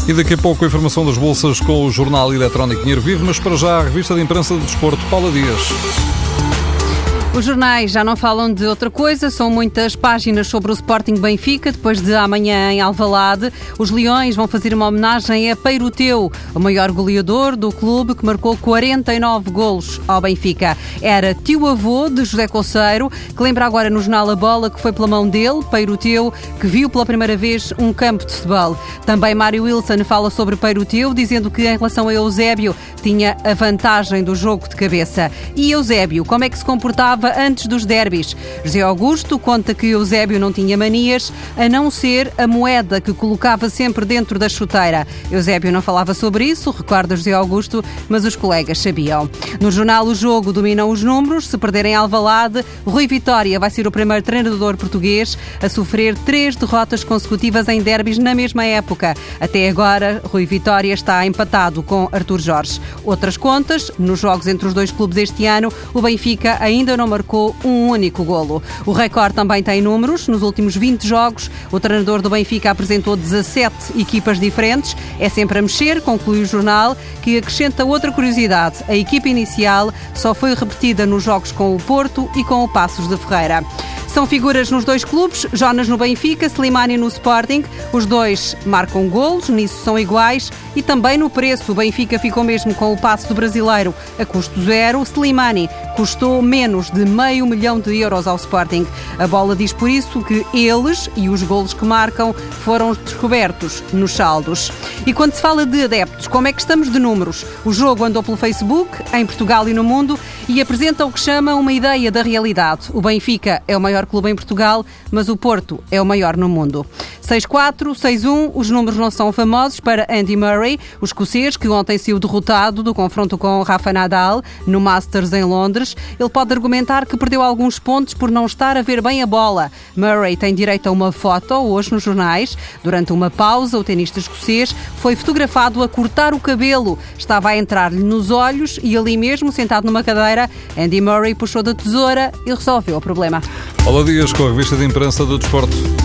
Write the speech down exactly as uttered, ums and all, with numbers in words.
E daqui a pouco a informação das bolsas com o jornal eletrónico Dinheiro Vivo, mas para já a revista de imprensa do desporto, Paula Dias. Os jornais já não falam de outra coisa, são muitas páginas sobre o Sporting Benfica. Depois de amanhã em Alvalade, os Leões vão fazer uma homenagem a Peiroteu, o maior goleador do clube, que marcou quarenta e nove golos ao Benfica. Era tio-avô de José Coceiro, que lembra agora no jornal A Bola que foi pela mão dele, Peiroteu, que viu pela primeira vez um campo de futebol. Também Mário Wilson fala sobre Peiroteu, dizendo que em relação a Eusébio tinha a vantagem do jogo de cabeça. E Eusébio, como é que se comportava antes dos derbys? José Augusto conta que Eusébio não tinha manias, a não ser a moeda que colocava sempre dentro da chuteira. Eusébio não falava sobre isso, recorda José Augusto, mas os colegas sabiam. No jornal O Jogo dominam os números. Se perderem Alvalade, Rui Vitória vai ser o primeiro treinador português a sofrer três derrotas consecutivas em derbys na mesma época. Até agora, Rui Vitória está empatado com Artur Jorge. Outras contas, nos jogos entre os dois clubes este ano, o Benfica ainda não marcou um único golo. O Record também tem números. Nos últimos vinte jogos, o treinador do Benfica apresentou dezassete equipas diferentes. É sempre a mexer, conclui o jornal, que acrescenta outra curiosidade. A equipa inicial só foi repetida nos jogos com o Porto e com o Paços de Ferreira. São figuras nos dois clubes, Jonas no Benfica, Slimani no Sporting. Os dois marcam golos, nisso são iguais. E também no preço, o Benfica ficou mesmo com o passe do brasileiro a custo zero. Slimani custou menos de meio milhão de euros ao Sporting. A Bola diz por isso que eles e os golos que marcam foram descobertos nos saldos. E quando se fala de adeptos, como é que estamos de números? O jogo andou pelo Facebook, em Portugal e no mundo, e apresenta o que chama uma ideia da realidade. O Benfica é o maior clube em Portugal, mas o Porto é o maior no mundo. seis quatro, seis um, os números não são famosos para Andy Murray, o escocês que ontem saiu derrotado do confronto com Rafa Nadal no Masters em Londres. Ele pode argumentar que perdeu alguns pontos por não estar a ver bem a bola. Murray tem direito a uma foto hoje nos jornais. Durante uma pausa, o tenista escocês foi fotografado a cortar o cabelo. Estava a entrar-lhe nos olhos e ali mesmo, sentado numa cadeira, Andy Murray puxou da tesoura e resolveu o problema. Paula Dias com a revista de imprensa do desporto.